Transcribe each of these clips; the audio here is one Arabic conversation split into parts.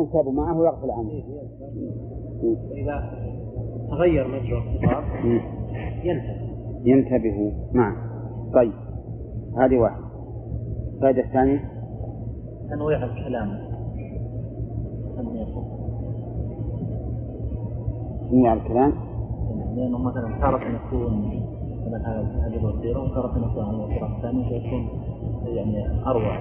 ينسب معه ويغفل عنه. إذا تغير مجرى الخطاب ينتبه. نعم. طيب هذه واحد. الفائدة الثانية تنويع الكلام. تنويع الكلام لأنه مثلا تارة يكون مثلا هذه الوسيلة وتارة يكون على الوسيلة الثانية فيكون يعني أروع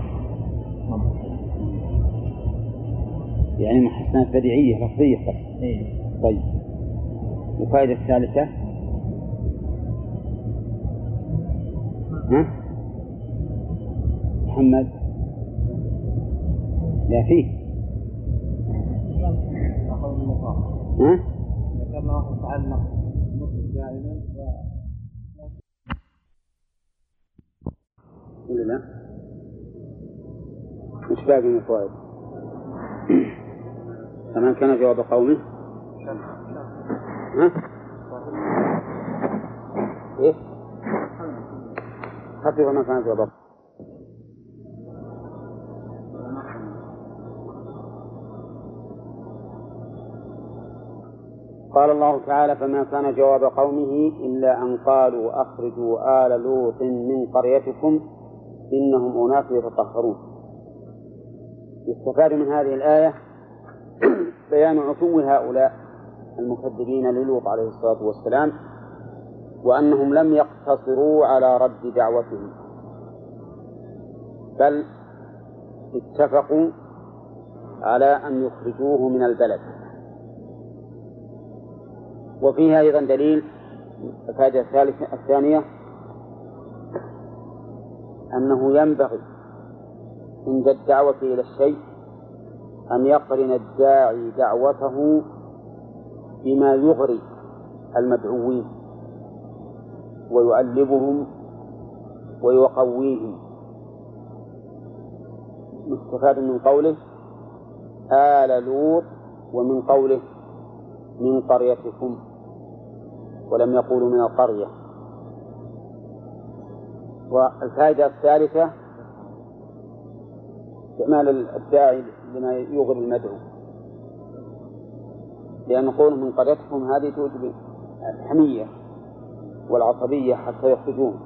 يعني محسنات بديعية لفظية. طيب الفائدة الثالثة محمد لا فيه ذكرنا تعلق نصف دائما ولا لا؟ مش باقي من الفوائد. فمن كان جواب قومه ايه حتى ومن كان جواب. قال الله تعالى فما كان جواب قومه إلا أن قالوا أخرجوا آل لوط من قريتكم إنهم أناس يتطهرون. يستفاد من هذه الآية بيان عتو هؤلاء المكذبين للوط عليه الصلاة والسلام، وأنهم لم يقتصروا على رد دعوتهم بل اتفقوا على أن يخرجوه من البلد. وفيها أيضا دليل الفائدة الثانية أنه ينبغي عند الدعوة إلى الشيء أن يقرن الداعي دعوته بما يغري المدعوين ويؤلبهم ويقويهم. مستفاد من قوله آل لوط ومن قوله من قريتكم ولم يقولوا من القرية. والفائدة الثالثة استعمال الداعي لما يغري المدعو، لأن قوله من قريتكم هذه توجب الحمية والعصبية حتى يخرجون،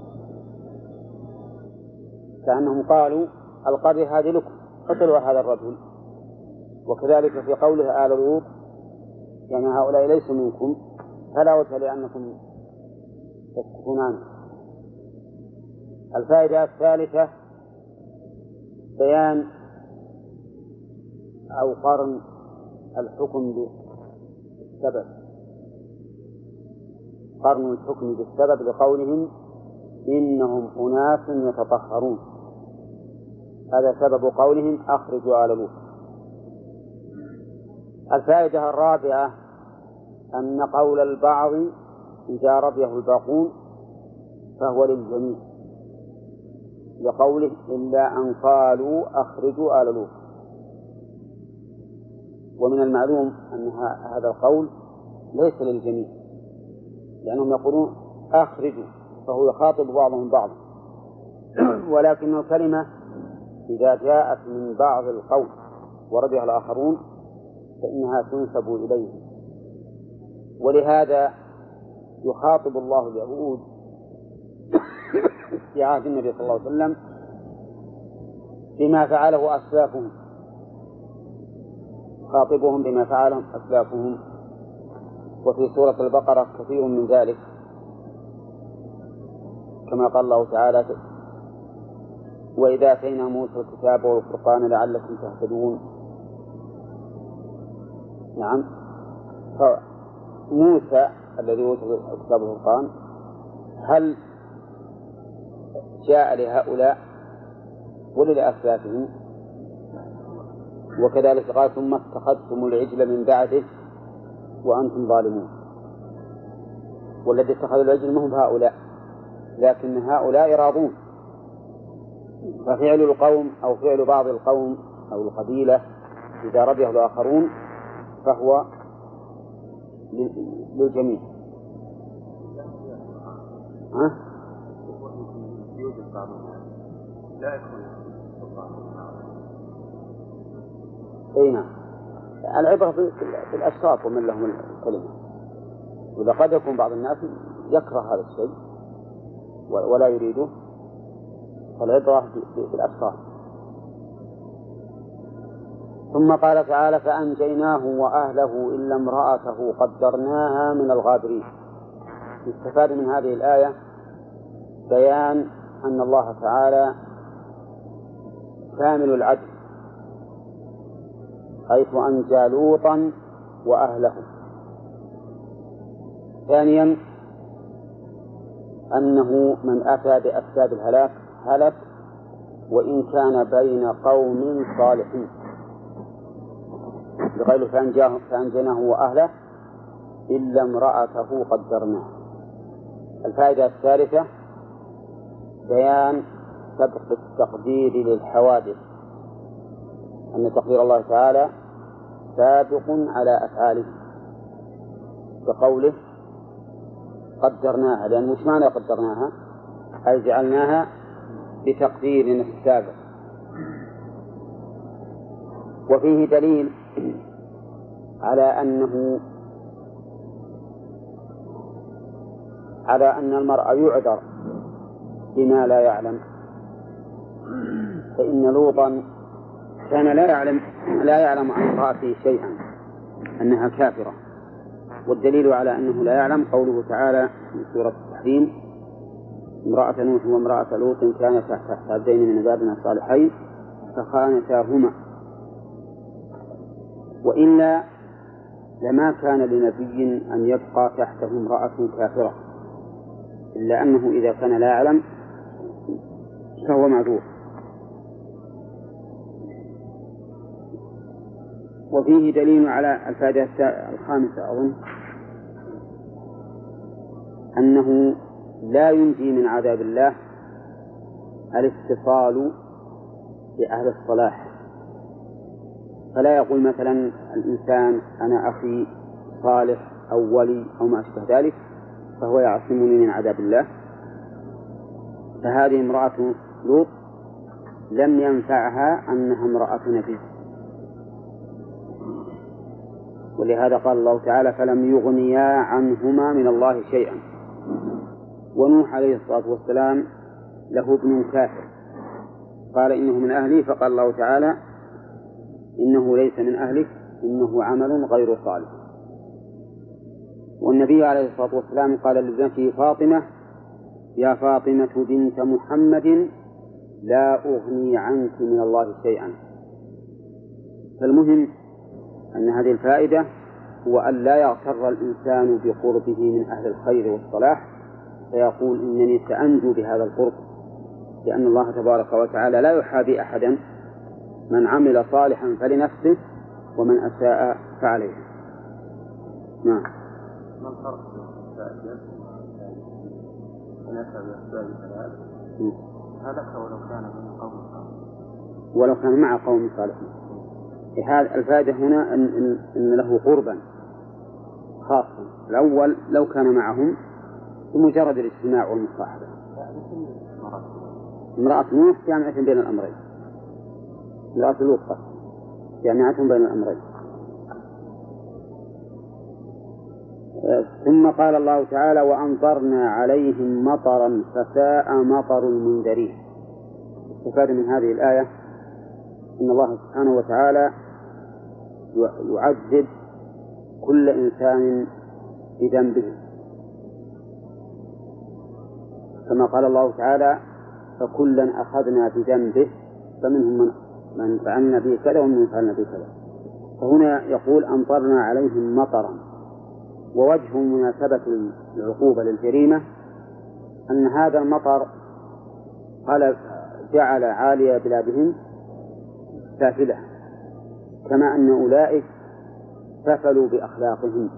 كأنهم قالوا القرية هذه لكم قتلوا هذا الرجل. وكذلك في قوله آل لوط يعني هؤلاء ليسوا منكم فلا وجه لأنكم تسكتون عنه. الفائدة الثالثة بيان أو قرن الحكم بالسبب، قرن الحكم بالسبب لقولهم إنهم أناس يتطهرون، هذا سبب قولهم أخرجوا آل لوط. الفائدة الرابعة أن قول البعض إذا رضيه الباقون فهو للجميع لقوله إلا أن قالوا أخرجوا آل لوط. ومن المعلوم أن هذا القول ليس للجميع، لأنهم يقولون أخرجوا فهو يخاطب بعضهم بعضا، ولكن الكلمة إذا جاءت من بعض القول ورضيها الآخرون فإنها تنسب إليه. ولهذا يخاطب الله اليهود في عهد النبي صلى الله عليه وسلم بما فعله أسلافهم، خاطبهم بما فعلهم أسلافهم. وفي سورة البقرة كثير من ذلك كما قال الله تعالى وإذا آتينا موسى الكتاب والفرقان لعلكم تهتدون. نعم، موسى الذي أوتي الكتاب والفرقان هل جاء لهؤلاء ولا لأسلافهم؟ وكذلك قال ثم اتخذتم العجل من بعده وأنتم ظالمون. والذي اتخذوا العجل ما هم هؤلاء، لكن هؤلاء راضون. ففعل القوم أو فعل بعض القوم أو القبيلة إذا رضيه الآخرون فهو للجميع. أي نعم، العبرة في الأشخاص ومن لهم الكلمة، وإذا قد يكون بعض الناس يكره هذا الشيء ولا يريده، فالعبرة بالأشخاص. ثم قال تعالى: فأنجيناه وأهله إلا امرأته قدرناها من الغابرين. يستفاد من هذه الآية بيان أن الله تعالى كامل العدل، حيث أنجى لوطا وأهله. ثانيا أنه من أتى بأسباب الهلاك هلك وإن كان بين قوم صالحين، بقوله فأنجيناه وأهله إلا امرأته قدرناها. الفائدة الثالثة بيان سبق التقدير للحوادث، أن تقدير الله تعالى سابق على أفعاله، بقوله قدرناها، لأن مش معنى قدرناها أي جعلناها بتقديرنا السابق. وفيه دليل على أن المرء يعذر بما لا يعلم، فإن لوطا كان لا يعلم عن امرأته شيئا، أنها كافرة. والدليل على أنه لا يعلم قوله تعالى في سورة التحريم: امرأة نوح وامرأة لوط كانتا تحت عبدين من عبادنا الصالحين فخانتاهما. وإلا لما كان لنبي أن يبقى تحته امرأة كافرة، إلا أنه إذا كان لا يعلم فهو معذور. وفيه دليل على الفائدة الخامسة أظن أنه لا ينجي من عذاب الله الاتصال بأهل الصلاح، فلا يقول مثلا الإنسان أنا أخي صالح أو ولي أو ما أشبه ذلك فهو يعصمني من عذاب الله. فهذه امرأة لوط لم ينفعها أنها امرأة نبي، ولهذا قال الله تعالى: فلم يغنيا عنهما من الله شيئا. ونوح عليه الصلاة والسلام له ابن كافر قال إنه من أهلي، فقال الله تعالى: إنه ليس من أهلك إنه عمل غير صالح. والنبي عليه الصلاة والسلام قال لابنته فاطمة: يا فاطمة بنت محمد لا أغني عنك من الله شيئا. فالمهم أن هذه الفائدة هو أن لا يغتر الإنسان بقربه من أهل الخير والصلاح فيقول إنني سأنجو بهذا القرب، لأن الله تبارك وتعالى لا يحابي أحدا، من عمل صالحا فلنفسه ومن أساء فعليه. نعم. ما الفرق بين الفائدة ونفع بأسباب الهلاك؟ هلك ولو كان من قوم صالح، ولو كان مع قوم صالحين. هذه الفائدة هنا أن له قربا خاصا. الأول لو كان معهم بمجرد الاجتماع والمصاحبة. امرأة نوح جامعة بين الأمرين، امرأة لوط جامعة بين الأمرين. ثم قال الله تعالى: وأمطرنا عليهم مطرا فساء مطر المنذرين. استفاد من هذه الآية أن الله سبحانه وتعالى يعذب كل إنسان بذنبه، كما قال الله تعالى: فكلا أخذنا بذنبه فمنهم من فعلنا به كذا ومن فعلنا به كذا. فهنا يقول أمطرنا عليهم مطرا، ووجه مناسبة العقوبة للجريمة أن هذا المطر جعل عالي بلادهم سافلة، كما أن أولئك سفلوا بأخلاقهم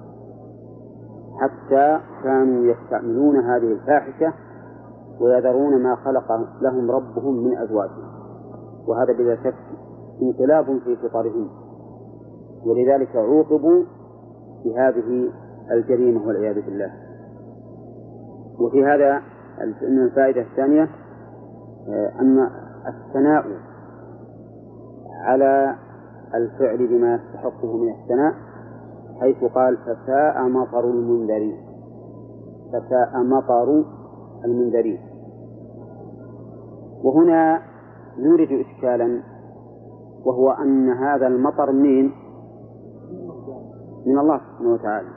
حتى كانوا يستعملون هذه الفاحشة ويذرون ما خلق لهم ربهم من أزواجهم، وهذا بلا شك انقلاب في فطرهم، ولذلك عوقبوا بهذه الجريمة والعياذ بالله. وفي هذا من الفائدة الثانية أن الثناء على الفعل بما يستحقه من الثناء، حيث قال فساء مطر المنذرين. فساء مطر المنذرين. وهنا نورد إشكالا، وهو أن هذا المطر من الله سبحانه وتعالى،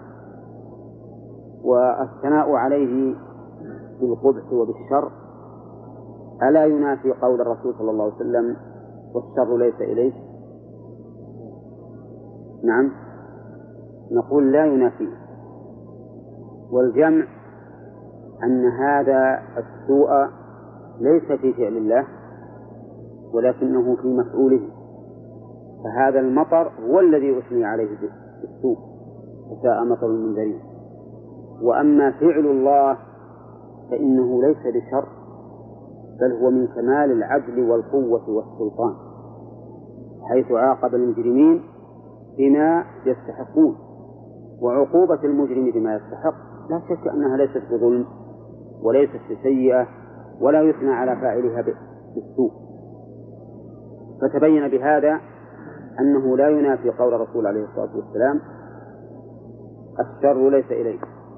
والثناء عليه بالقبح وبالشر ألا ينافي قول الرسول صلى الله عليه وسلم والشر ليس إليه؟ نعم، نقول لا ينافي. والجمع أن هذا السوء ليس في فعل الله ولكنه في مفعوله، فهذا المطر هو الذي أثني عليه بالسوء وساء مطر المنذرين. وأما فعل الله فإنه ليس بشر، بل هو من كمال العدل والقوة والسلطان، حيث عاقب المجرمين بما يستحقون. وعقوبة المجرم بما يستحق لا شك أنها ليست بظلم وليست بسيئة ولا يثنى على فاعلها بالسوء. فتبين بهذا أنه لا ينافي قول الرسول عليه الصلاة والسلام الشر ليس إليه.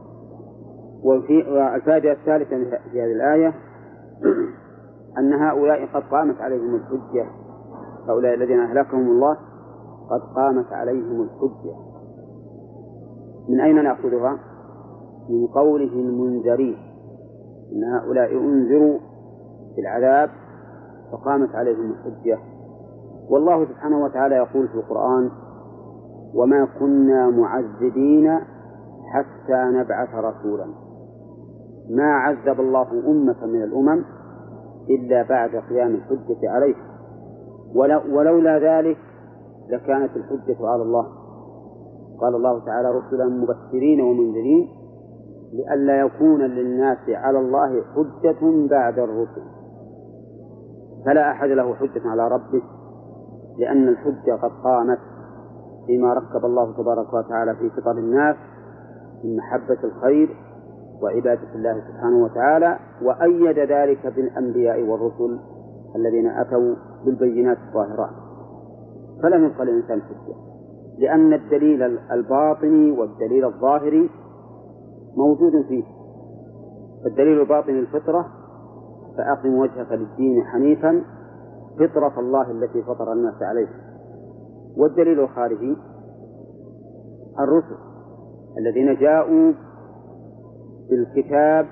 والفائدة الثالثة في هذه الآية أن هؤلاء قد قامت عليهم الحجة، هؤلاء الذين أهلكهم الله قد قامت عليهم الحجة. من أين نأخذها؟ من قوله المنذرين، إن هؤلاء أنذروا بالعذاب فقامت عليهم الحجة. والله سبحانه وتعالى يقول في القرآن وما كنا معذبين حتى نبعث رسولا. ما عذب الله أمة من الأمم إلا بعد قيام الحجة عليه، ولولا ذلك لكانت الحجة على الله. قال الله تعالى رسلا مبشرين ومنذرين لئلا يكون للناس على الله حجة بعد الرسل. فلا أحد له حجة على ربه، لأن الحجة قد قامت فيما ركب الله تبارك وتعالى في فطر الناس من محبة الخير وعبادة الله سبحانه وتعالى، وأيد ذلك بالأنبياء والرسل الذين أتوا بالبينات الظاهرات. فلم يبق للإنسان حجة، لأن الدليل الباطني والدليل الظاهري موجود فيه. الدليل الباطني الفطرة، فأقم وجهك للدين حنيفا فطرة الله التي فطر الناس عليها. والدليل الخارجي الرسل الذين جاءوا بالكتاب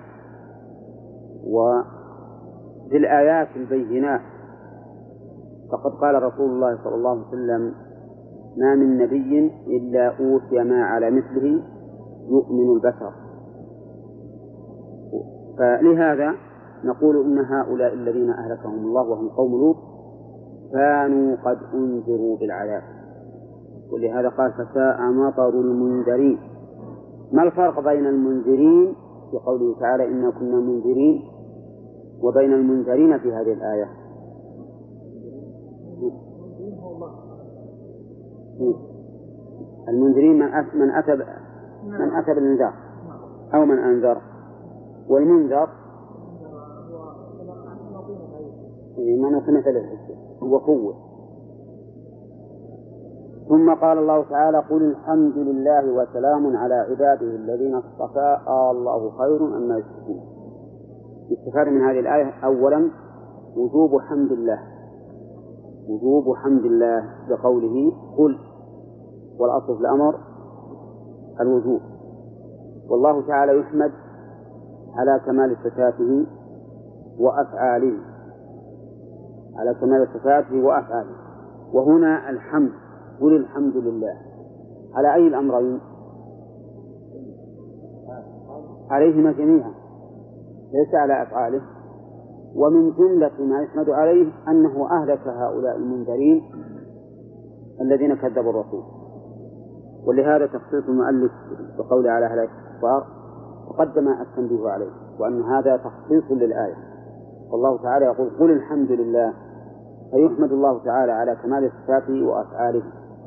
وبالآيات البينات. فقد قال رسول الله صلى الله عليه وسلم ما من نبي إلا أوتي ما على مثله يؤمن البشر. فلهذا نقول إن هؤلاء الذين أهلكهم الله وهم قوم لوط كانوا قد أنذروا بالعذاب، ولهذا قال فساء مطر المنذرين. ما الفرق بين المنذرين في قوله تعالى إنا كنا منذرين وبين المنذرين في هذه الآية؟ المنذرين من أتى بالإنذار أو من أنذر، والمنذر من أقيمت له الحجة هو قوة. ثم قال الله تعالى قل الحمد لله وسلام على عباده الذين اصطفى الله خير أما يشركون. يستفاد من هذه الآية أولا وجوب حمد الله، وجوب حمد الله بقوله قل، والأصل في الأمر الوجوب. والله تعالى يحمد على كمال صفاته وأفعاله، على كمال صفاته وأفعاله. وهنا الحمد قل الحمد لله على أي الأمرين؟ عليهما جميعا، ليس على أفعاله. ومن جملة ما يحمد عليه أنه أهلك هؤلاء المنذرين الذين كذبوا الرسول. ولهذا تخصيص المؤلف بقول على أهل الكفار وقدم التنبيه عليه، وأن هذا تخصيص للآية. والله تعالى يقول قل الحمد لله، فيحمد الله تعالى على كمال صفاته وأفعاله.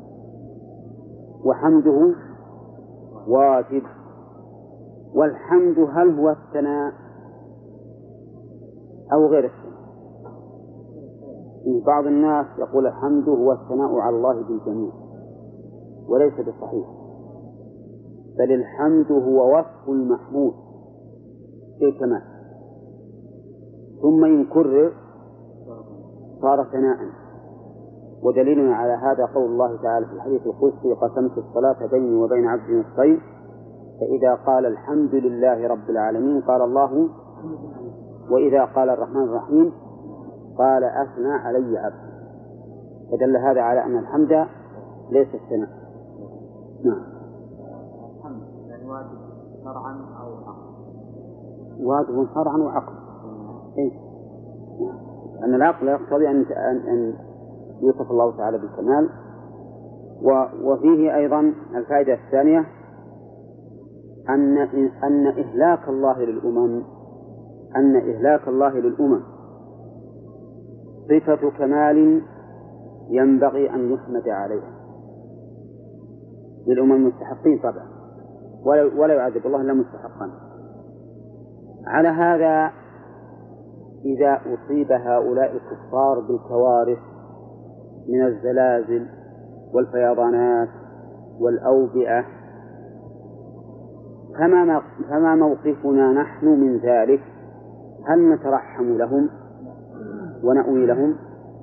وحمده واجب. والحمد هل هو الثناء أو غير الثناء؟ إن بعض الناس يقول الحمد هو الثناء على الله بالجميع، وليس بصحيح، بل الحمد هو وصف المحمود في الكمال، ثم إن كرر صار ثناء. ودليلنا على هذا قول الله تعالى في الحديث القدسي: قسمت الصلاة بيني وبين عبدي نصفين، فإذا قال الحمد لله رب العالمين قال الله، وإذا قال الرحمن الرحيم قال أثنى علي عبدي. فدل هذا على أن الحمد ليس الثناء. نعم. الحمد يعني واجب شرعا أو عقلا؟ واجب شرعا وعقلا. إيه؟ أن العقل يقتضي أن يوصف الله تعالى بالكمال. وفيه أيضا الفائدة الثانية أن إهلاك الله للأمم صفة كمال ينبغي أن يحمد عليها للأمم المستحقين طبعا، ولا يعذب الله إلا مستحقا. على هذا إذا أصيب هؤلاء الكفار بالكوارث من الزلازل والفيضانات والأوبئة، فما موقفنا نحن من ذلك؟ هل نترحم لهم ونأوي لهم؟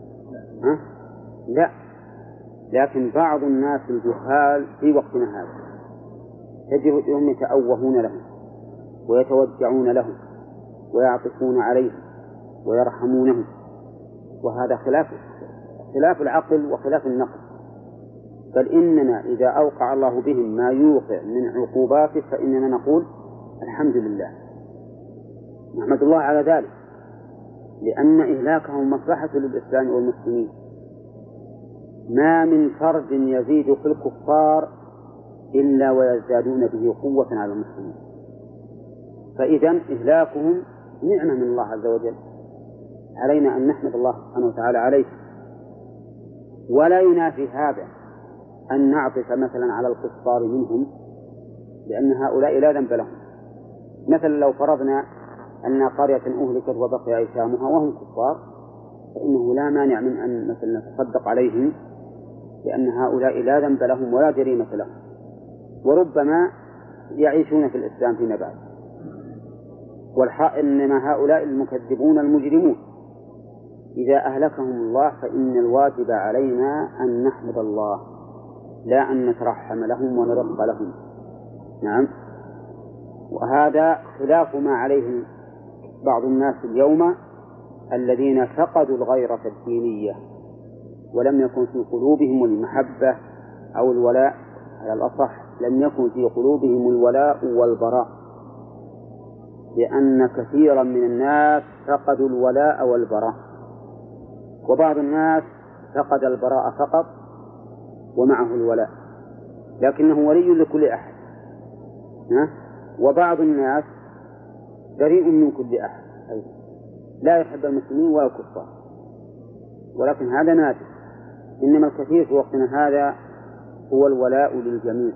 لا. لكن بعض الناس الجهال في وقتنا هذا تجدهم يتأوهون لهم ويتوجعون لهم ويعطفون عليهم ويرحمونهم، وهذا خلاف العقل وخلاف النقل. بل إننا إذا أوقع الله بهم ما يوقع من عقوباته فإننا نقول الحمد لله، نحمد الله على ذلك، لأن إهلاكهم مصلحة للإسلام والمسلمين. ما من فرد يزيد في الكفار إلا ويزدادون به قوة على المسلمين، فإذا إهلاكهم نعمة من الله عز وجل، علينا أن نحمد الله سبحانه وتعالى عليه. ولا ينافي هذا أن نعطف مثلا على الكفار منهم، لأن هؤلاء لا ذنب لهم. مثلا لو فرضنا أن قرية أهلكت وبقي أيتامها وهم كفار، فإنه لا مانع من أن مثلا نتصدق عليهم، لأن هؤلاء لا ذنب لهم ولا جريمة لهم، وربما يعيشون في الإسلام فيما بعد. إنما هؤلاء المكذبون المجرمون إذا أهلكهم الله فإن الواجب علينا أن نحمد الله، لا أن نترحم لهم ونرق لهم. نعم. وهذا خلاف ما عليه بعض الناس اليوم الذين فقدوا الغيرة الدينية ولم يكن في قلوبهم المحبة أو الولاء، على الأصح لم يكن في قلوبهم الولاء والبراء، لأن كثيرا من الناس فقدوا الولاء والبراء، وبعض الناس فقد البراء فقط ومعه الولاء لكنه ولي لكل أحد، وبعض الناس بريء من كل أحد لا يحب المسلمين ولا الكفار، ولكن هذا نادر. إنما الكثير في وقتنا هذا هو الولاء للجميع،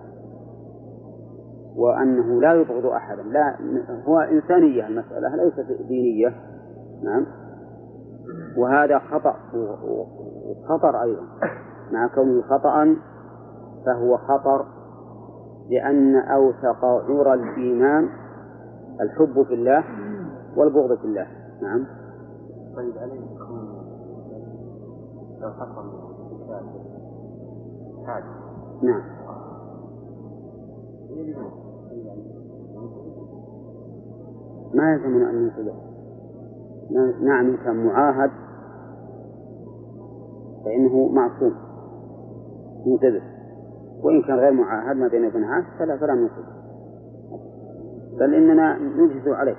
وأنه لا يبغض أحدا، لا، هو إنسانية المسألة ليست دينية. نعم. وهذا خطأ وخطر أيضا، مع كونه خطأ فهو خطر، لأن أوثق عرى الإيمان الحب في الله والبغض في الله. نعم. طيب عليه يكون لو حصل حاجة. نعم. ما يلزمنا أن ننقذه. نعم، إن كان معاهد فإنه معصوم ينقذه، وإن كان غير معاهد ما بينه وبين عهد فلا ننقذه، بل إننا نجهز عليه.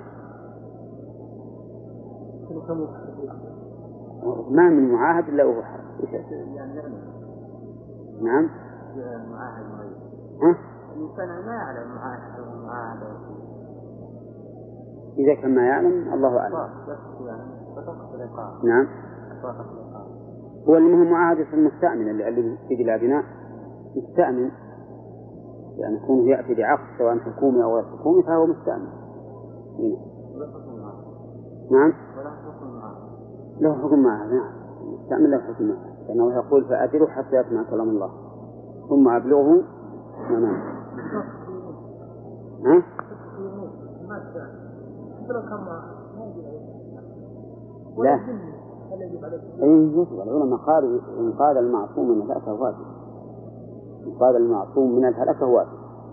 ما من معاهد إلا وهو حرام. نعم. الإنسان ما يعلم معاهد إذا كان ما يعلم الله أعلم. نعم. هو المهم معاهدة المستأمن اللي في بلادنا مستأمن، يعني يكون يأتي بعقد سواء حكومي أو غير حكومي فهو مستأمن. نعم. له حكم معاهد. نعم. تعمل له حكمة، لأنه يقول فأجره حتى يسمع كلام الله ثم أبلغه ممام. ها؟ لا. العلماء قالوا إن قال المعصوم من الهلكة واجب. إن قال المعصوم من الهلكة واجب.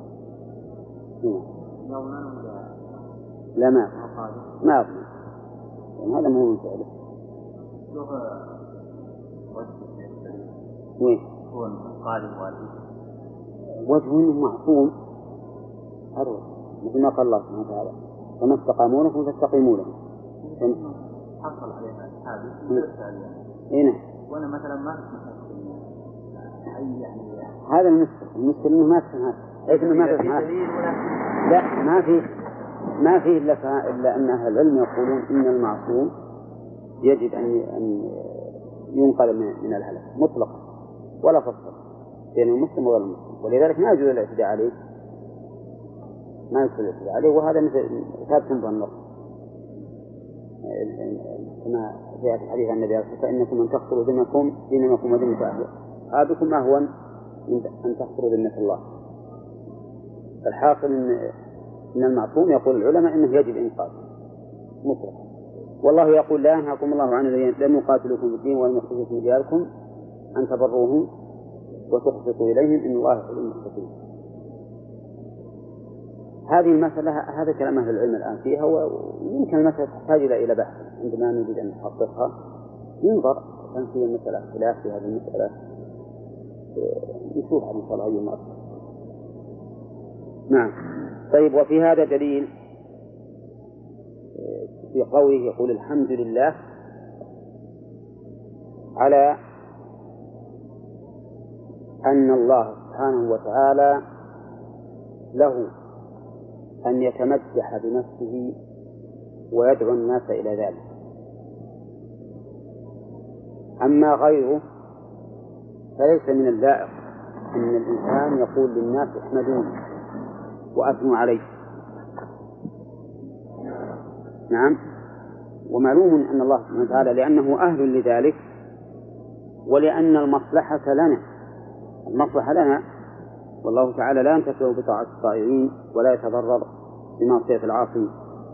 لا ما أظن، يعني هذا مو من فعله. هو قال واجب. وجهه معصوم هذا مثل ما قال الله سبحانه وتعالى فما استقاموا لكم فاستقيموا لهم. حصل عليها هذه هنا وأنا مثلا ما يعني هذا المشكلة إنه ما تفهم هذا، ليس إنه ما تفهم هذا. لا ما فيه إلا أن أهل العلم يقولون إن المعصوم يجب أن ينقل من الهلك مطلقا ولا فصل بين المسلم وغير المسلم، ولذلك ما يجوز الاعتداء عليه، ما يجوز الاعتداء عليه. وهذا مثل ثابت بالنص كما جاء في الحديث عن النبي عليه الصلاة والسلام إنكم أن تخسروا دينكم ودينكم هذاكم أهون من أن تخسروا ذمة الله. الحاصل إن المعصوم يقول العلماء إنه يجب إنقاذه مطلقا، والله يقول لا ينهاكم الله عن الذين لم يقاتلوكم في الدين ولم يخرجوكم من دياركم أن تبروهم وتقسطوا إليهم إن الله يحب المقسطين. هذه المسألة هذا كلام أهل العلم الآن فيها، ويمكن المسألة تحتاج إلى بحث عندما نريد أن نحققها ينظر كان فيها مسألة خلاف في هذه المسألة نشوفها إن شاء الله يوم أكثر. نعم. طيب وفي هذا دليل في قوله يقول الحمد لله على أن الله سبحانه وتعالى له أن يتمدح بنفسه ويدعو الناس إلى ذلك. أما غيره فليس من اللائق أن الإنسان يقول للناس احمدوني وأثنوا عليه. نعم. ومعلوم أن الله سبحانه وتعالى لأنه أهل لذلك، ولأن المصلحة لنا، والله تعالى لا ينتفع بطاعة الطائعين ولا يتضرر بمعصية العاصين.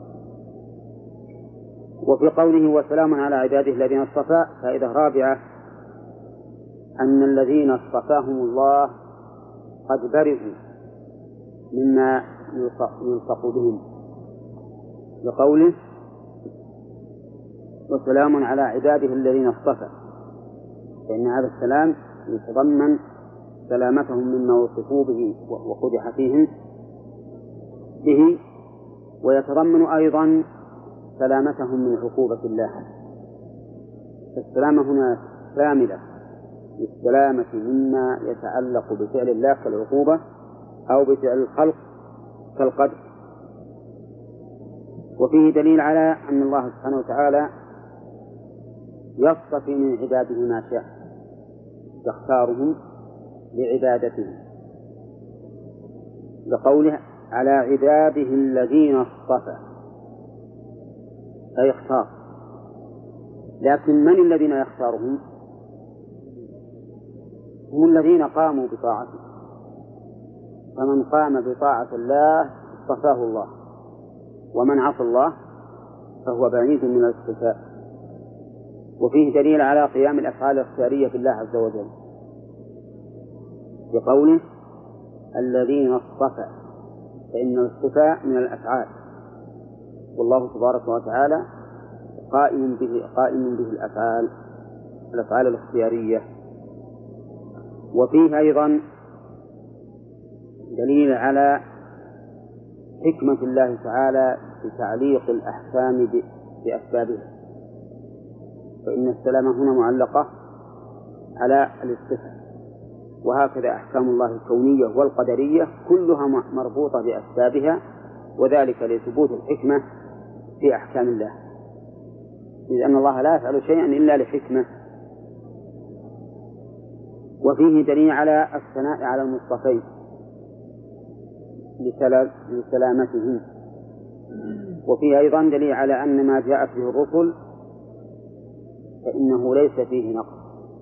وفي قوله وسلام على عباده الذين اصطفى فائدة رابعة أن الذين اصطفاهم الله قد برئوا مما يلصق بهم، لقوله وسلام على عباده الذين اصطفى، فإن هذا السلام يتضمن سلامتهم مما وصفوا به وقدح فيهم به، ويتضمن أيضا سلامتهم من عقوبة الله. فالسلامة هنا شاملة للسلامة مما يتعلق بفعل الله كالعقوبة أو بفعل الخلق كالقدر. وفيه دليل على أن الله سبحانه وتعالى يصطفي من عباده ما شاء، يختارهم لعبادته، لقوله على عباده الذين اصطفى أي اختار. لكن من الذين يختارهم؟ هم الذين قاموا بطاعته، فمن قام بطاعة الله اصطفاه الله، ومن عصى الله فهو بعيد من الاصطفاء. وفيه دليل على قيام الأفعال الاختيارية بالله عز وجل بقوله الذين اصطفى، فإن الاصطفاء من الأفعال، والله تبارك وتعالى قائم به الأفعال الاختيارية. وفيه أيضا دليل على حكمة الله تعالى بتعليق الأحكام بأسبابها، فإن السلامة هنا معلقة على الاصطفاء، وهكذا أحكام الله الكونية والقدرية كلها مربوطة بأسبابها، وذلك لثبوت الحكمة في أحكام الله، إذ أن الله لا يفعل شيئا إلا لحكمة. وفيه دليل على الثناء على المصطفين لسلامتهم. وفيه أيضا دليل على أن ما جاءت به الرسل فإنه ليس فيه نقص،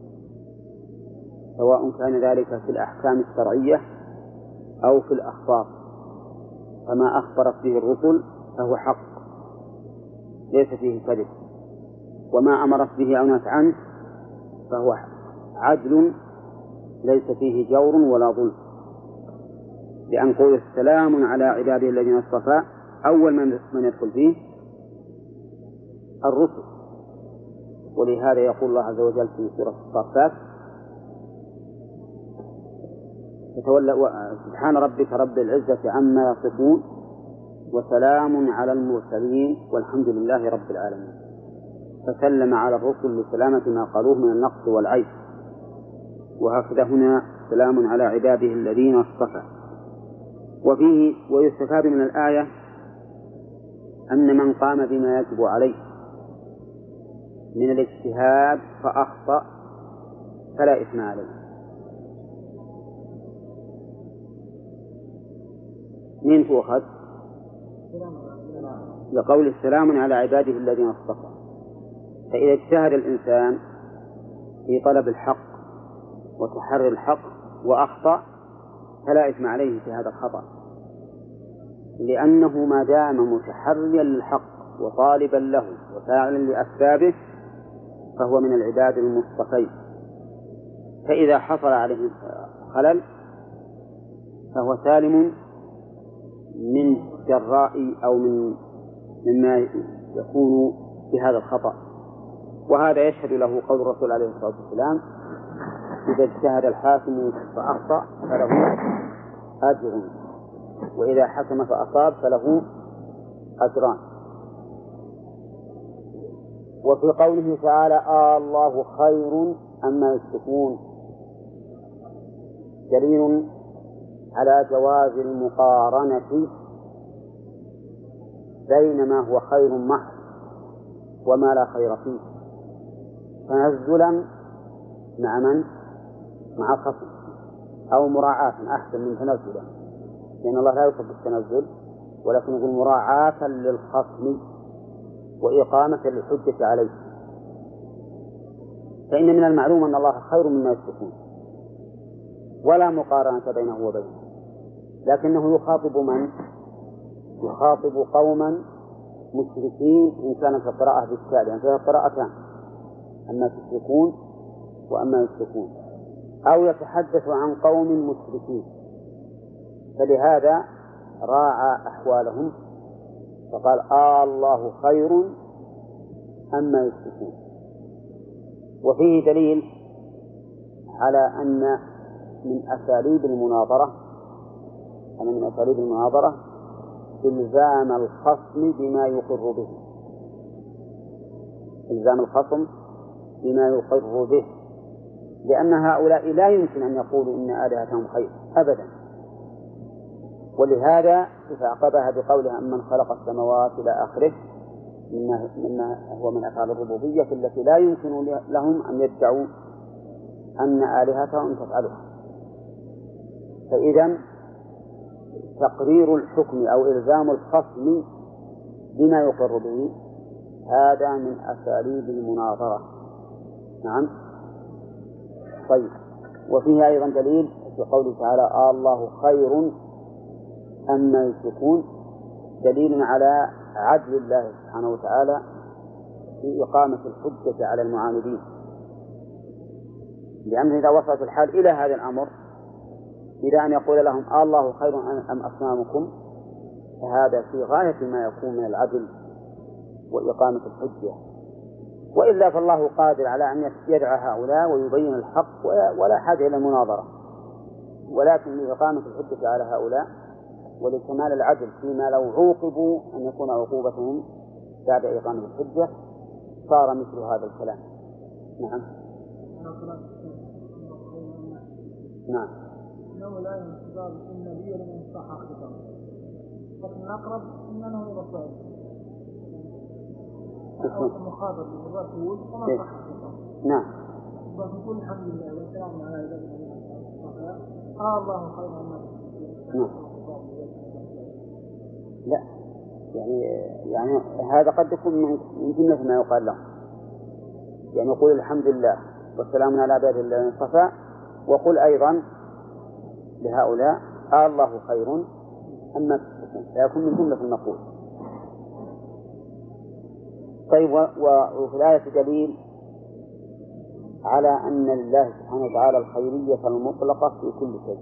سواء كان ذلك في الأحكام الشرعية أو في الأخبار. فما أخبرت به الرسل فهو حق ليس فيه كذب، وما أمرت به أو نهت عنه فهو عدل ليس فيه جور ولا ظلم. لأن قول السلام على عباده الذين اصطفى أول من يدخل فيه الرسل. ولهذا يقول الله عز وجل في سورة الصافات: سبحان ربك رب العزة عما يصفون وسلام على المرسلين والحمد لله رب العالمين. فسلم على الرسل لسلامة ما قالوه من النقص والعيب. وهكذا هنا سلام على عباده الذين اصطفى. وفيه ويستفاد من الآية أن من قام بما يجب عليه من الاجتهاد فأخطأ فلا إثم عليه. من تؤخذ؟ لقول السلام على عباده الذين اصطفى. فإذا اجتهد الإنسان في طلب الحق وتحري الحق وأخطأ فلا إثم عليه في هذا الخطأ، لأنه ما دام متحريا للحق وطالبا له وفاعلا لأسبابه فهو من العباد المصطفين. فإذا حصل عليه خلل فهو سالم من جراء أو مما يكون بهذا الخطأ. وهذا يشهد له قول الرسول عليه الصلاة والسلام: إذا اجتهد الحاكم فأخطأ فله أجر، وإذا حكم فأصاب فله أجران. وفي قوله تعالى: الله خير أما يشركون دليل على جواز المقارنة بين ما هو خير محض وما لا خير فيه، تنزلا مع من؟ مع الخصم، أو مراعاة أحسن من تنزلا، لأن الله لا يحب التنزل، ولكن يقول مراعاة للخصم وإقامة للحجة عليه. فإن من المعلوم أن الله خير مما يشركون ولا مقارنة بينه وبينه، لكنه يخاطب من؟ يخاطب قوما مشركين إن كانت القراءة بالتالي، يعني فيها قراءتان: أما تشركون وأما يشركون، أو يتحدث عن قوم مشركين، فلهذا راعى أحوالهم فقال: الله خير أما يشركون. وفيه دليل على أن من أساليب المناظرة إلزام الخصم بما يقر به، إلزام الخصم بما يقر به، لأن هؤلاء لا يمكن أن يقولوا إن آلهتهم خير أبدا. ولهذا تعقبها بقولها: أمن خلق السماوات إلى آخره، مما هو من أفعال الربوبية التي لا يمكن لهم أن يدعوا أن آلهتهم تفعلها. فإذا تقرير الحكم أو إلزام الخصم بما يقر به هذا من أساليب المناظرة. نعم. طيب، وفيه أيضا دليل في قوله تعالى: الله خير أما يشركون، دليل على عدل الله سبحانه وتعالى في إقامة الحجة على المعاندين، لأنه إذا وصلت الحال إلى هذا الأمر، إلى أن يقول لهم: الله خير أم أصنامكم، فهذا في غاية ما يكون من العدل وإقامة الحجة. وإلا فالله قادر على أن يدعى هؤلاء ويبين الحق ولا حاجة إلى المناظرة، ولكن لإقامة الحجة على هؤلاء ولكمال العدل فيما لو عوقبوا أن يكون عقوبتهم بعد إقامة الحجة صار مثل هذا الكلام. نعم. نعم. إنه لا ينتظر النبي لمن صح خطابه، لكن الأقرب إنه يرفعه المخاطب بالرسول ومن صح خطابه. نعم. ونقول الحمد لله والسلام على عباد الله. الله خير مما يشركون. نعم. لا، يعني هذا قد يكون من جملة ما يقال له، يعني قل الحمد لله والسلام على عباد الله اصطفى، وقل أيضا لهؤلاء الله خير أما تشركون، فيكون من جملة المقول. طيب، وفي الآية دليل على أن لله سبحانه وتعالى الخيرية المطلقة في كل شيء،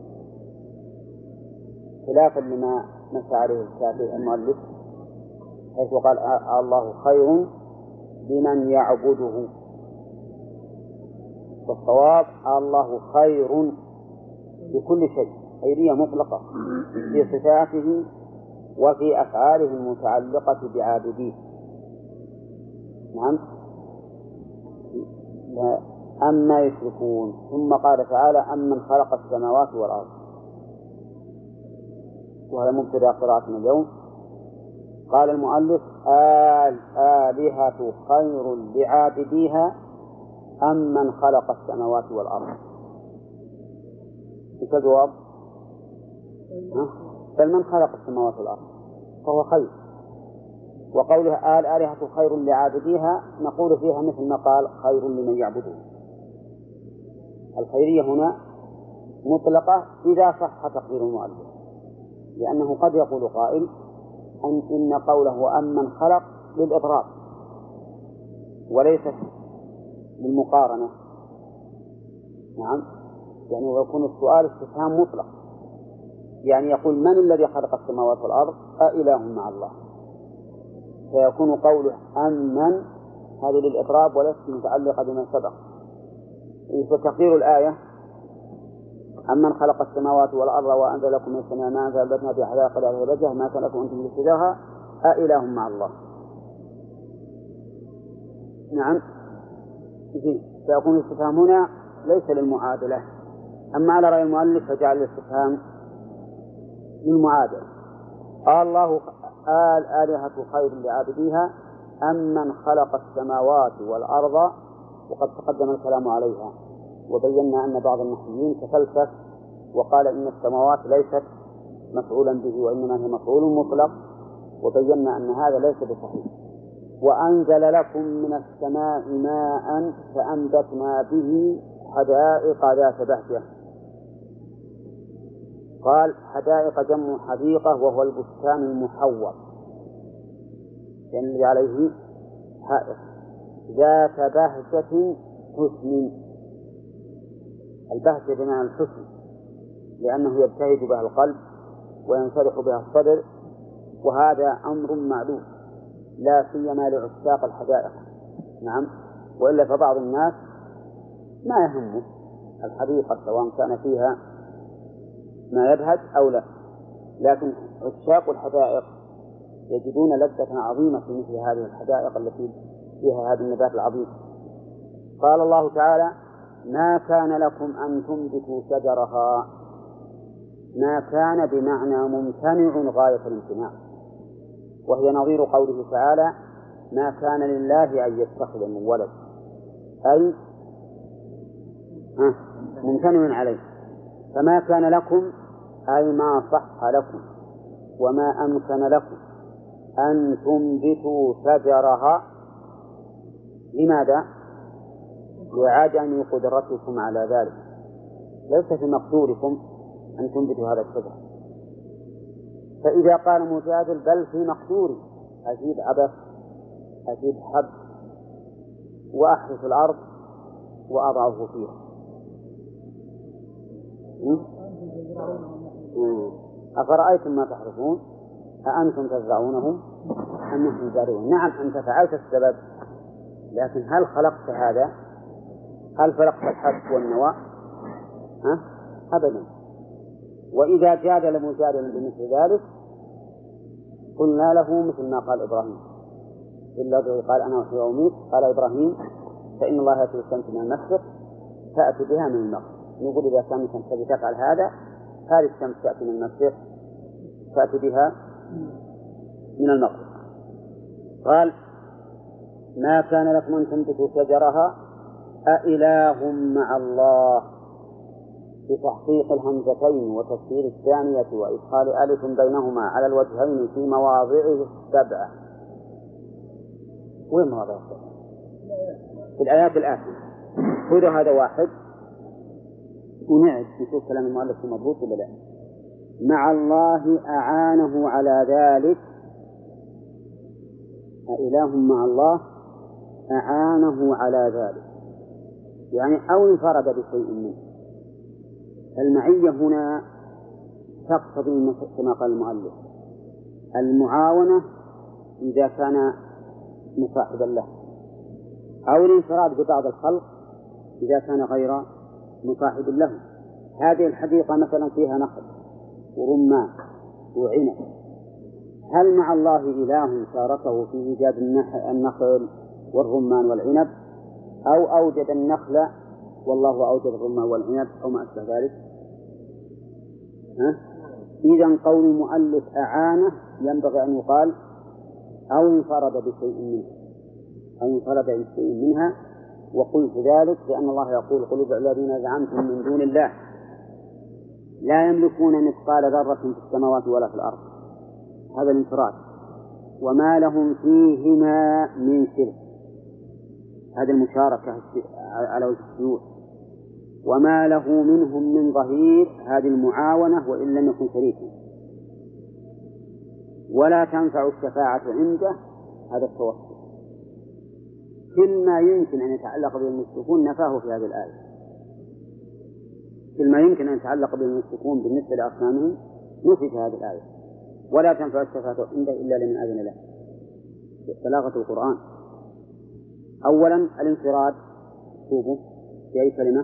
خلافا لما نص عليه الكافي المؤلف حيث قال الله خير لمن يعبده، والصواب الله خير بكل شيء، خيرية مطلقة في صفاته وفي أفعاله المتعلقة بعابديه. نعم. أما يشركون. ثم قال تعالى أمن خلق السماوات والأرض، وهذا مبتدأ قراءتنا اليوم. قال المؤلف الآلهة خير لعابديها أم من خلق السماوات والأرض؟ إيش الجواب؟ بل من خلق السماوات والأرض فهو خير. وقولها الآلهة خير لعابديها نقول فيها مثل ما قال خير لمن يعبده. الخيرية هنا مطلقة إذا صح تقدير المؤلف، لأنه قد يقول قائل إن قوله أمن خلق للإضراب وليست للمقارنة. نعم، يعني ويكون السؤال استفهام مطلق، يعني يقول من الذي خلق السماوات والأرض أإله مع الله، فيكون قوله أمن هذه للإضراب وليست متعلقة بما سبق. فتقدير الآية أمن خلق السماوات والأرض وأنزل لكم من السماء ماء فأنبتنا بها حدائق ذات بهجة ما كان لكم أنتم تفسدوها أإله مع الله. نعم، فيكون الاستفهام هنا ليس للمعادلة. أما على رأي المؤلف فجعل الاستفهام للمعادلة. قال الله الآلهة خير لعابديها أم من خلق السماوات والأرض، وقد تقدم الكلام عليها وبينا أن بعض النحويين تفلسف وقال إن السماوات ليست مفعولا به وإنما هي مفعول مطلق، وبينا أن هذا ليس بصحيح. وأنزل لكم من السماء ماء فأنبتنا به حدائق ذات بهجة. قال حدائق جمع حديقة وهو البستان المحوط، يعني عليه حائط ذات بهجة حسن. البهجة بمعنى الحسن، لأنه يبتهج بها القلب وينشرح بها الصدر، وهذا أمر معلوم لا سيما لعشاق الحدائق. نعم، وإلا فبعض الناس ما يهمه الحديقة سواء كان فيها ما يبهج أو لا، لكن عشاق الحدائق يجدون لذة عظيمة في مثل هذه الحدائق التي فيها هذا النبات العظيم. قال الله تعالى ما كان لكم أن تنبتوا شجرها. ما كان بمعنى ممتنع غاية الامتناع، وهي نظير قوله تعالى ما كان لله أن يتخذ من ولد، أي ممتنع عليه. فما كان لكم أي ما صح لكم وما أمكن لكم أن تنبتوا شجرها. لماذا؟ لعدم قدرتكم على ذلك، ليس في مقدوركم أن تنبتوا هذا الشجر. فإذا قال مجادل بل في مقدوري، أجيب عبث، أجيب حب وأحرث الأرض وأضعه فيها. أفرأيتم ما تحرثون أأنتم تزرعونه أم نحن الزارعون. نعم أنت فعلت السبب، لكن هل خلقت هذا؟ هل خلقت الحب والنواء؟ أبدا. وإذا جادل مجادل بمثل ذلك قلنا له مثل ما قال إبراهيم الذي قال أنا أحيي وأميت. قال إبراهيم فإن الله يأتي بالشمس من المشرق تأتي بها من المغرب. نقول إذا كانت تبي تفعل هذا، هذه الشمس تأتي من المشرق تأتي بها من المغرب. قال ما كان لكم أن تنبتوا شجرها أإله مع الله، بتحقيق الهمزتين وتسهيل الثانية وإدخال ألف بينهما على الوجهين في مواضعه السبعة. وين مواضع السبعة؟ في الآيات الآتية. خذوا هذا واحد ونعد نشوف كلام المؤلف مضبوط ولا لا. مع الله أعانه على ذلك، أإله مع الله أعانه على ذلك، يعني أو انفرد بشيء منه. المعية هنا تقتضي كما قال المؤلف المعاونة إذا كان مصاحبا له، أو الانفراد ببعض الخلق إذا كان غير مصاحب له. هذه الحديقة مثلا فيها نخل ورمان وعنب، هل مع الله إله شاركه في إيجاد النخل والرمان والعنب، أو أوجد النخل والله أوجد الرمان والعنب أو ما أشبه ذلك؟ إذن قول المؤلف أعانه ينبغي أن يقال أو انفرد بشيء منها، أو انفرد بشيء منها. وقلت ذلك لأن الله يقول قل ادعوا الذين زعمتم من دون الله لا يملكون مثقال ذرة في السماوات ولا في الأرض، هذا الانفراد، وما لهم فيهما من شرك، هذه المشاركة على وجه الشيوع، وما له منهم من ظهير، هذه المعاونة وإن لم يكن شريكا، ولا تنفع الشفاعة عنده، هذا التوسل. كل ما يمكن أن يتعلق بالمشركون نفاه في هذه الآية، كل ما يمكن أن يتعلق بالمشركون بالنسبة لأصنامهم نفي في هذه الآية. ولا تنفع الشفاعة عنده إلا لمن أذن له. بلاغة القرآن. أولا الانفراد شوفوا في أي كلمة؟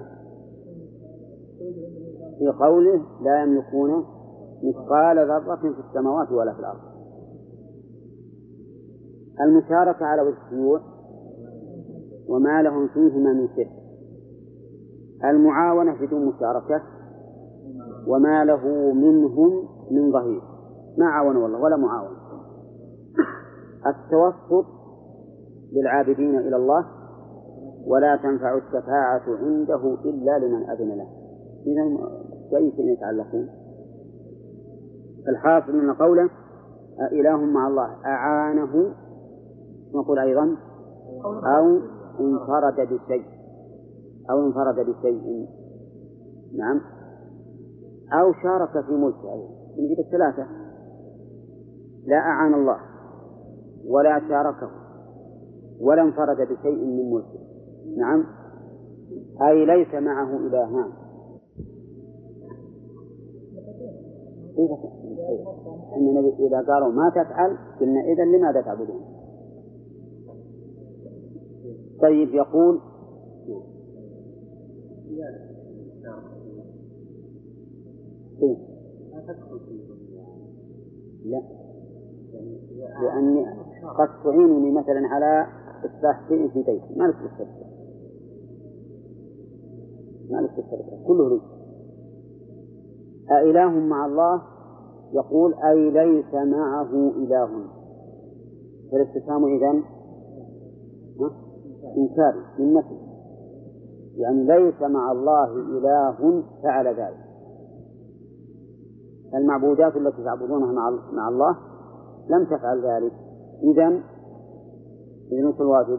في قوله لا يملكون مثقال ذرة في السماوات ولا في الأرض. المشاركة على وجه الشيوع وما لهم فيهما من شرك. المعاونة بدون مشاركة وما له منهم من ظهير، ما عاون والله ولا معاون. التوسط للعابدين إلى الله ولا تنفع الشفاعة عنده إلا لمن أذن له. إذن بأي شيء يتعلقون؟ الحاصل من قوله إله مع الله أعانه، نقول أيضا أو انفرد بشيء، أو انفرد بشيء، نعم، أو شارك في ملكه أيضا. نجد الثلاثة، لا أعان الله ولا شاركه ولا انفرد بشيء من ملكه، نعم، أي ليس معه إلهان. إذا قالوا ما تفعل قلنا إذن لماذا تعبدون؟ طيب يقول لا، لأني قد تعينني مثلا على إصلاح شيء في بيتي، ما لك بالشركة، ما لك بالشركة، كله لي. أإله مع الله؟ يقول أي ليس معه إله. فالاستفهام إذن إنكار من نفسه، يعني ليس مع الله إله فعل ذلك. المعبودات التي تعبدونها مع الله لم تفعل ذلك. إذن مثل الواجب،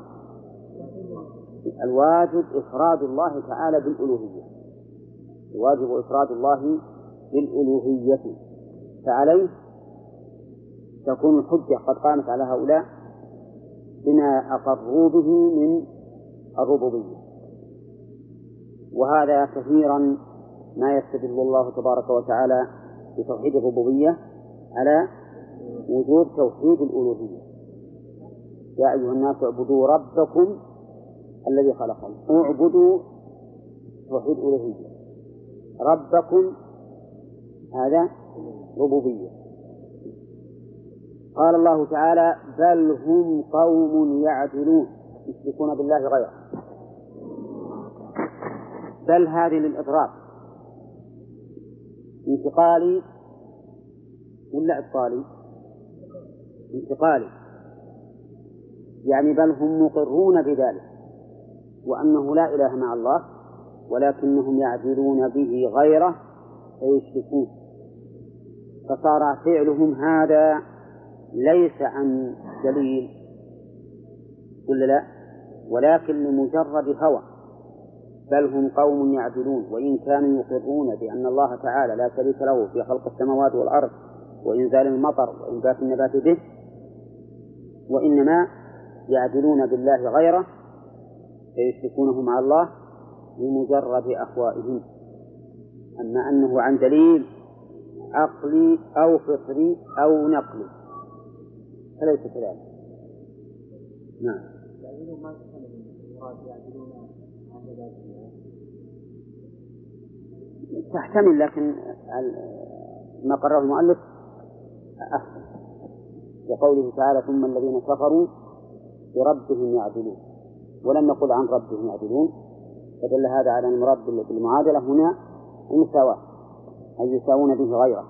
الواجب إفراد الله تعالى بالألوهية، الواجب إفراد الله بالألوهية، فعليه تكون الحجة قد قامت على هؤلاء بما أقروا به من الربوبية. وهذا كثيرا ما يستدل الله تبارك وتعالى بتوحيد الربوبية على وجود توحيد الألوهية. يا أيها الناس اعبدوا ربكم الذي خلقكم، اعبدوا توحيد الألوهية، ربكم هذا ربوبية. قال الله تعالى بل هم قوم يعدلون يشركون بالله غيره. بل هذه للإضراب، انتقالي ولا إبطالي؟ انتقالي، يعني بل هم مقرون بذلك وأنه لا إله مع الله، ولكنهم يعدلون به غيره فيشركون، فصار فعلهم هذا ليس عن دليل ولا لا؟ ولكن لمجرد هوى، بل هم قوم يعدلون. وإن كانوا يقرون بأن الله تعالى لا شريك له في خلق السماوات والأرض وإنزال المطر وإنبات النبات به، وإنما يعدلون بالله غيره فيشركونه مع الله لمجرد أهوائهم. أما أنه عن دليل عقلي أو فطري أو نقلي فليس كذلك. نعم. يعدلون ما تفهم المراد يعدلون عن ذاته تحتمل، لكن ما قرره المؤلف أحسن، لقوله تعالى ثم الذين كفروا بربهم يعدلون، ولم نقل عن ربهم يعدلون، فدل هذا على أن المراد بالمعادلة هنا المساواة، أي يساوون به غيره.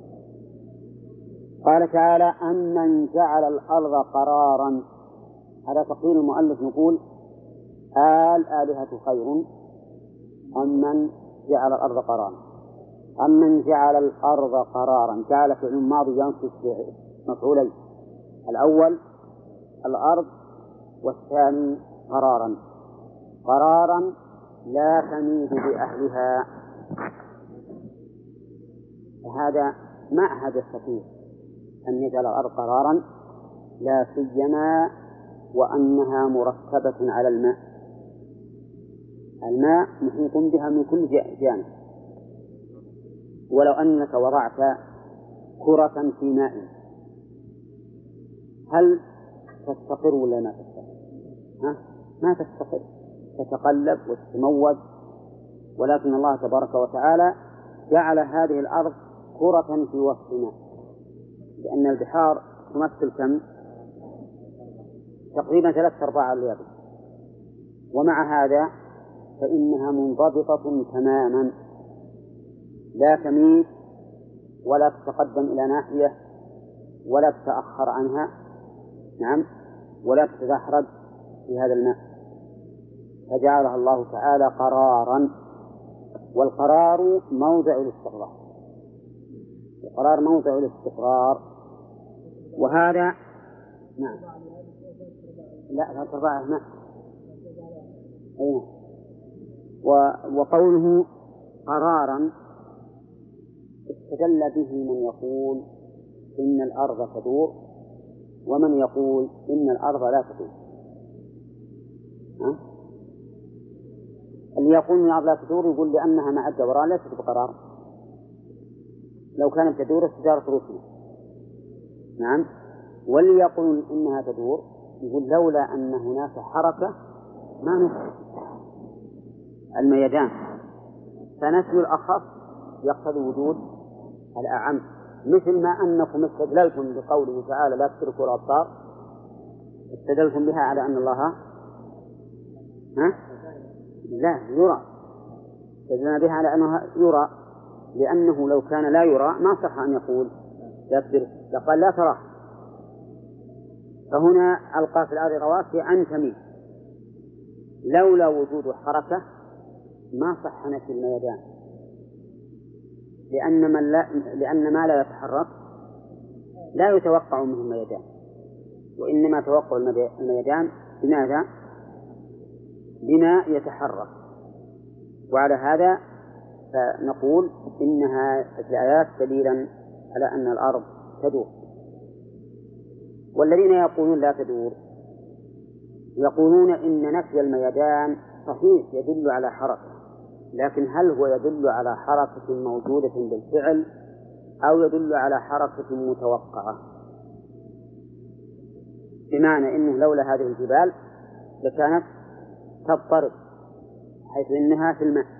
قال تعالى أمن جعل الأرض قرارا. هذا تقدير المؤلف، نقول الآلهة خير أمن جعل الأرض قرارا. أمن جعل الأرض قرارا، جعل فعل ماضي ينصب مفعولين، الأول الأرض والثاني قرارا. قرارا لا تميد بأهلها، فهذا ما أحد يستطيع أن يجعل الأرض قرارا، لا سيما وأنها مركبة على الماء. الماء محيط بها من كل جانب، ولو أنك وضعت كرة في ماء هل تستقر ولا ما تستقر؟ ما تستقر، تتقلب وتتموج. ولكن الله تبارك وتعالى جعل هذه الأرض كرة في وسط ماء، لأن البحار تمثل كم؟ تقريبا 3/4 اليابس، ومع هذا فإنها منضبطة تماما، لا تميل ولا تتقدم إلى ناحية ولا تتأخر عنها، نعم، ولا تتدحرج في هذا الماء، فجعلها الله تعالى قرارا. والقرار موضع الاستقرار، القرار موضع الاستقرار، وهذا نعم لا 3/4 ماء. أيه. وقوله قرارا استدل به من يقول إن الأرض تدور ومن يقول إن الأرض لا تدور. اللي يقول إن الأرض لا تدور يقول لأنها مع الدوران ليست بقرار، لو كانت تدور استدارت رسمه، نعم. واللي يقول إنها تدور يقول لولا أن هناك حركة ما نفع الميدان، فنفي الأخف يقتضي وجود الأعم، مثل ما أنكم استدللتم بقوله تعالى لا تدركوا الأبصار، استدلتم بها على أن الله لا يرى، استدلنا بها على أنه يرى، لأنه لو كان لا يرى ما صح أن يقول لا تدرك، لقال لا تراه. فهنا ألقى في الأرض رواسي أن تميل، لولا وجود حركة ما صح نفي الميدان، لأن ما لا يتحرك لا يتوقع منه الميدان، وإنما توقع الميدان بماذا؟ بما يتحرك. وعلى هذا فنقول إنها الآيات دليلا على أن الأرض تدور. والذين يقولون لا تدور يقولون إن نفي الميدان صحيح يدل على حركة، لكن هل هو يدل على حركة موجودة بالفعل أو يدل على حركة متوقعة؟ بمعنى إنه لولا هذه الجبال لكانت تضطرب حيث إنها في الماء،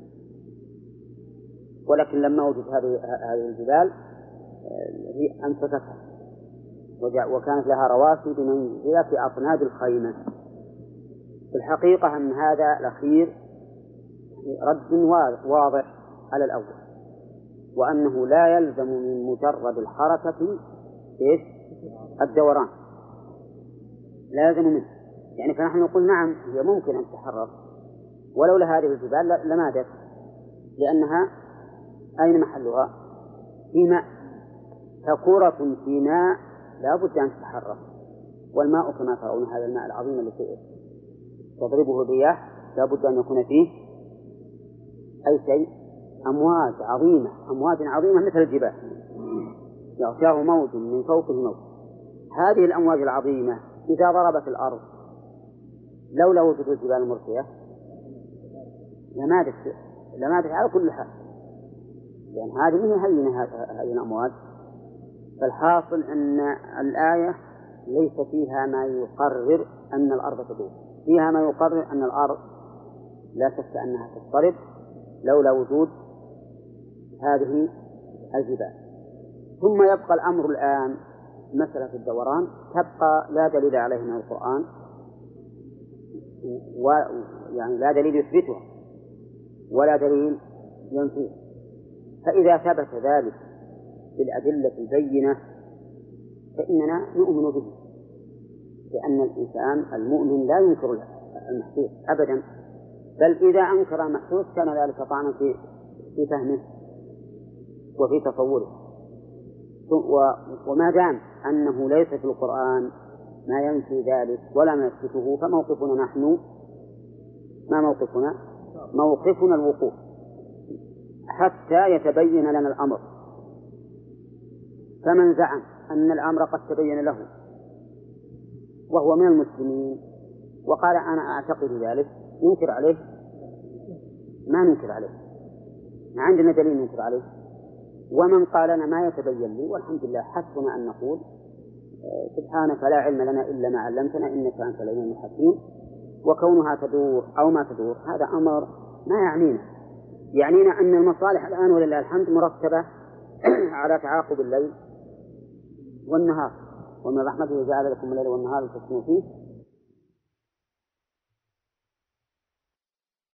ولكن لما وجد هذه الجبال هي أنفتتها وكانت لها رواسي بمنزلة أطناب الخيمة. في الحقيقة أن هذا الأخير رد واضح على الأول، وأنه لا يلزم من مجرد الحركة الدوران، لا يلزم منه. يعني فنحن نقول نعم هي ممكن أن تتحرك ولولا هذه الجبال لمادت، لأنها أين محلها؟ في ماء، فكرة في ماء لا بد أن تتحرك، والماء كما ترون هذا الماء العظيم الذي تضربه الرياح لا بد أن يكون فيه أي شيء أمواج عظيمة مثل الجبال يغشاه موج من فوقه موج. هذه الأمواج العظيمة إذا ضربت الأرض لولا وجود الجبال المرسية لماتت على كل حال، لأن هذه هي هينة هذه الأمواج. فالحاصل أن الآية ليس فيها ما يقرر أن الأرض تدور، فيها ما يقرر أن الأرض لا شك أنها تضطرب لولا وجود هذه الجبال. ثم يبقى الأمر الآن مسألة الدوران تبقى لا دليل عليه من القرآن، يعني لا دليل يثبتها ولا دليل ينفيها. فإذا ثبت ذلك بالأدلة البينة فإننا نؤمن به، لأن الإنسان المؤمن لا ينكر المحسوس أبدا، بل إذا أنكر المحسوس كان ذلك طعنا في فهمه وفي تصوره. وما دام أنه ليس في القرآن ما ينفي ذلك ولا ما يثبته فموقفنا نحن ما موقفنا؟ موقفنا الوقوف حتى يتبين لنا الأمر. فمن زعم أن الأمر قد تبين له وهو من المسلمين وقال أنا أعتقد ذلك ننكر عليه؟ ما ننكر عليه، ما عندنا دليل ننكر عليه. ومن قال لنا ما يتبين لي والحمد لله حسبنا أن نقول سبحانك لا علم لنا إلا ما علمتنا إنك أنت العليم الحكيم. وكونها تدور أو ما تدور هذا أمر ما يعنينا أن المصالح الآن ولله الحمد مرتبة على تعاقب الليل والنهار، ومن رحمته جعل لكم الليل والنهار لتسكنوا فيه